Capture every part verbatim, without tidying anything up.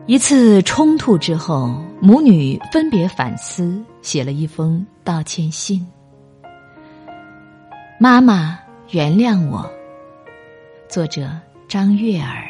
一次冲突之后，母女分别反思，写了一封道歉信。妈妈原谅我，作者张悦儿。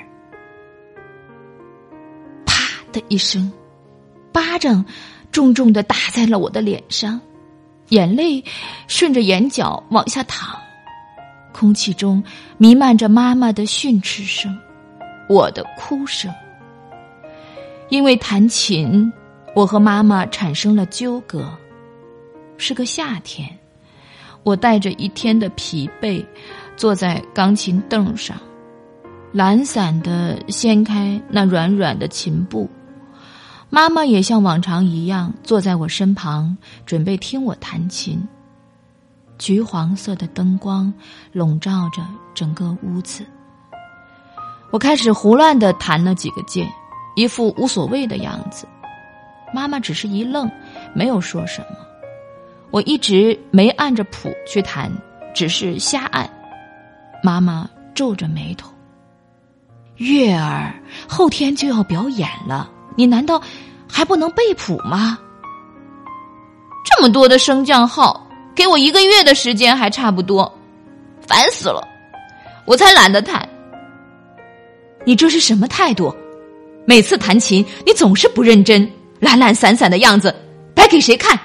啪的一声，巴掌重重地打在了我的脸上，眼泪顺着眼角往下淌，空气中弥漫着妈妈的训斥声，我的哭声。因为弹琴，我和妈妈产生了纠葛。是个夏天，我带着一天的疲惫，坐在钢琴凳上，懒散地掀开那软软的琴布。妈妈也像往常一样坐在我身旁，准备听我弹琴。橘黄色的灯光笼罩着整个屋子。我开始胡乱地弹了几个键，一副无所谓的样子。妈妈只是一愣，没有说什么。我一直没按着谱去弹，只是瞎按。妈妈皱着眉头：月儿，后天就要表演了，你难道还不能背谱吗？这么多的升降号，给我一个月的时间还差不多，烦死了，我才懒得弹。你这是什么态度？每次弹琴你总是不认真，懒懒散散的样子，摆给谁看？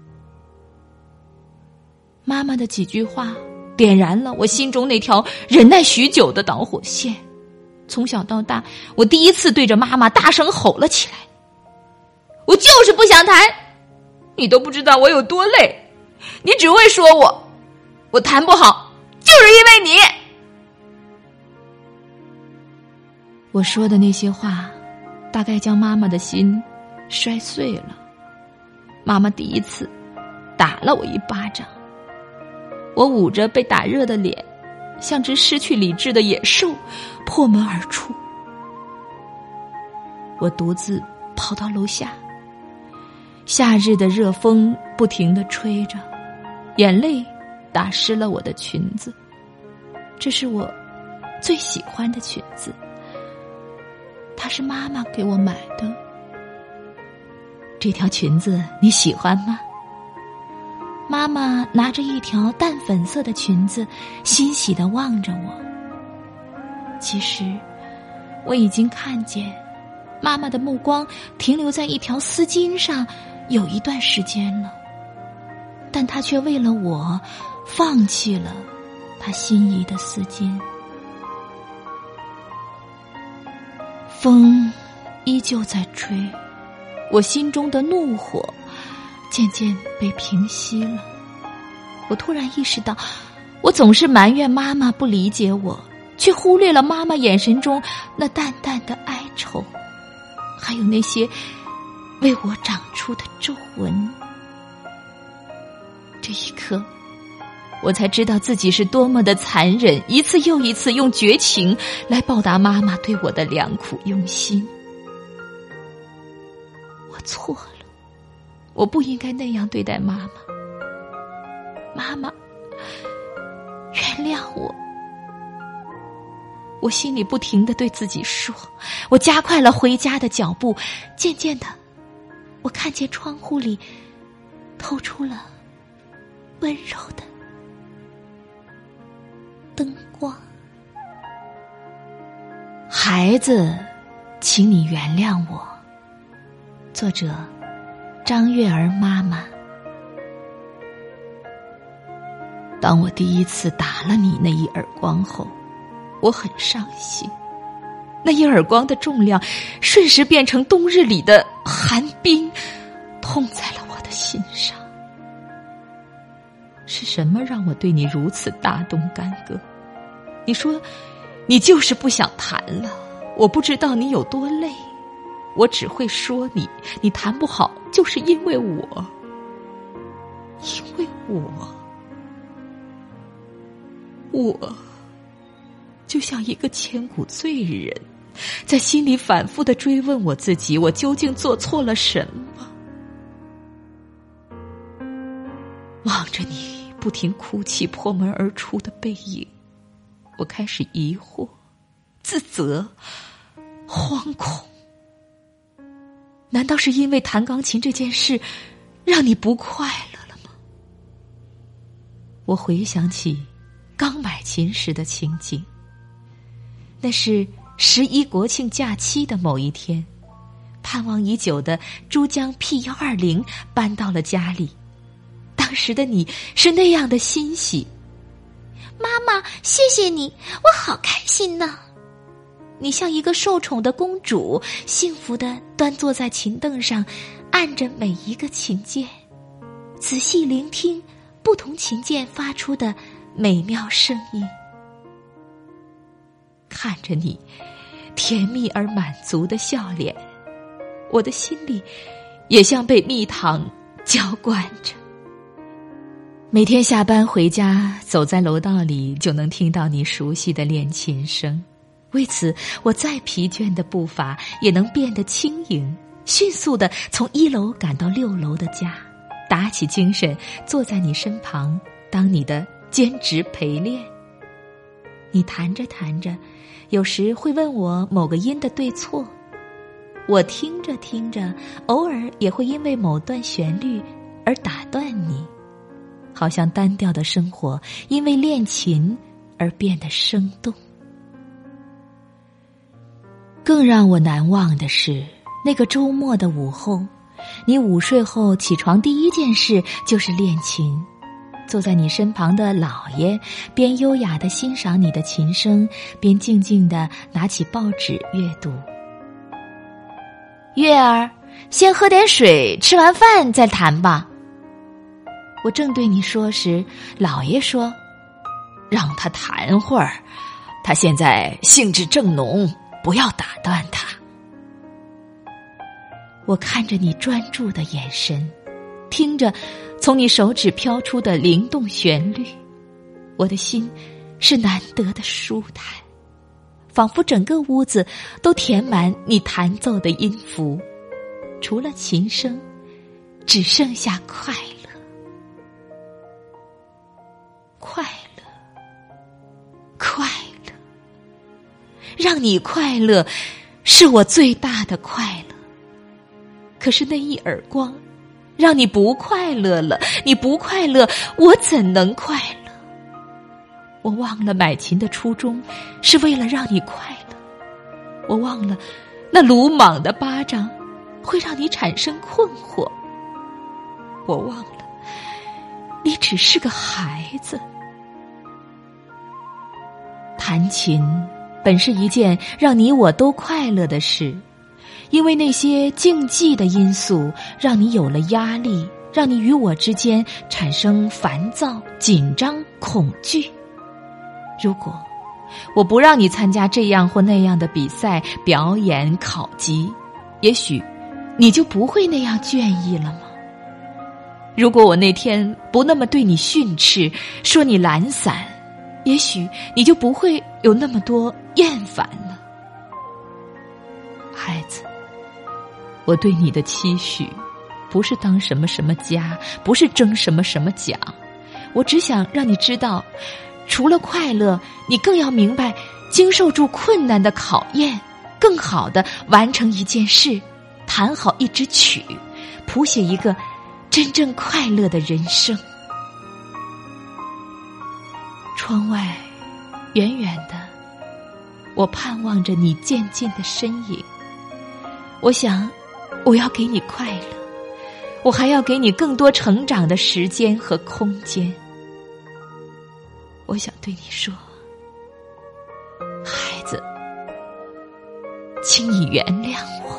妈妈的几句话点燃了我心中那条忍耐许久的导火线。从小到大，我第一次对着妈妈大声吼了起来：我就是不想弹，你都不知道我有多累，你只会说我我弹不好，就是因为你。我说的那些话大概将妈妈的心摔碎了。妈妈第一次打了我一巴掌，我捂着被打热的脸，像只失去理智的野兽，破门而出。我独自跑到楼下，夏日的热风不停地吹着，眼泪打湿了我的裙子。这是我最喜欢的裙子，它是妈妈给我买的。这条裙子你喜欢吗？妈妈拿着一条淡粉色的裙子，欣喜地望着我。其实我已经看见妈妈的目光停留在一条丝巾上有一段时间了，但她却为了我放弃了她心仪的丝巾。风依旧在吹，我心中的怒火渐渐被平息了。我突然意识到，我总是埋怨妈妈不理解我，却忽略了妈妈眼神中那淡淡的哀愁，还有那些为我长出的皱纹。这一刻，我才知道自己是多么的残忍，一次又一次用绝情来报答妈妈对我的良苦用心。我错了，我不应该那样对待妈妈。妈妈，原谅我。我心里不停地对自己说，我加快了回家的脚步。渐渐的，我看见窗户里透出了温柔的灯光。孩子，请你原谅我。作者张悦儿妈妈。当我第一次打了你那一耳光后，我很伤心。那一耳光的重量瞬时变成冬日里的寒冰，痛在了我的心上。是什么让我对你如此大动干戈？你说你就是不想弹了，我不知道你有多累，我只会说你你弹不好就是因为我，因为我我就像一个千古罪人，在心里反复地追问我自己，我究竟做错了什么？望着你不停哭泣破门而出的背影，我开始疑惑、自责、惶恐。 难道是因为弹钢琴这件事让你不快乐了吗？我回想起刚买琴时的情景，那是十一国庆假期的某一天，盼望已久的珠江 P 一二零搬到了家里，当时的你是那样的欣喜。 妈妈，谢谢你，我好开心呢。你像一个受宠的公主，幸福地端坐在琴凳上，按着每一个琴键，仔细聆听不同琴键发出的美妙声音。 看着你甜蜜而满足的笑脸，我的心里也像被蜜糖浇灌着。每天下班回家，走在楼道里就能听到你熟悉的练琴声，为此我再疲倦的步伐也能变得轻盈，迅速地从一楼赶到六楼的家，打起精神坐在你身旁，当你的兼职陪练。你弹着弹着，有时会问我某个音的对错，我听着听着，偶尔也会因为某段旋律而打断你，好像单调的生活因为练琴而变得生动。更让我难忘的是那个周末的午后，你午睡后起床第一件事就是练琴，坐在你身旁的姥爷边优雅地欣赏你的琴声，边静静地拿起报纸阅读。 月儿，先喝点水，吃完饭再弹吧。 我正对你说时，姥爷说：“ 让他弹会儿，他现在兴致正浓，不要打断他。” 我看着你专注的眼神，听着从你手指飘出的灵动旋律，我的心是难得的舒坦，仿佛整个屋子都填满你弹奏的音符，除了琴声，只剩下快乐。快乐，快乐，让你快乐是我最大的快乐。可是那一耳光让你不快乐了，你不快乐，我怎能快乐？我忘了买琴的初衷是为了让你快乐，我忘了那鲁莽的巴掌会让你产生困惑，我忘了你只是个孩子。弹琴本是一件让你我都快乐的事，因为那些竞技的因素让你有了压力，让你与我之间产生烦躁、紧张、恐惧。如果我不让你参加这样或那样的比赛、表演、考级，也许你就不会那样倦意了吗？如果我那天不那么对你训斥，说你懒散，也许你就不会有那么多厌烦了。孩子，我对你的期许不是当什么什么家，不是争什么什么奖，我只想让你知道，除了快乐，你更要明白经受住困难的考验，更好地完成一件事，弹好一支曲，谱写一个真正快乐的人生。窗外远远的，我盼望着你渐进的身影。我想我要给你快乐，我还要给你更多成长的时间和空间。我想对你说，孩子，请你原谅我。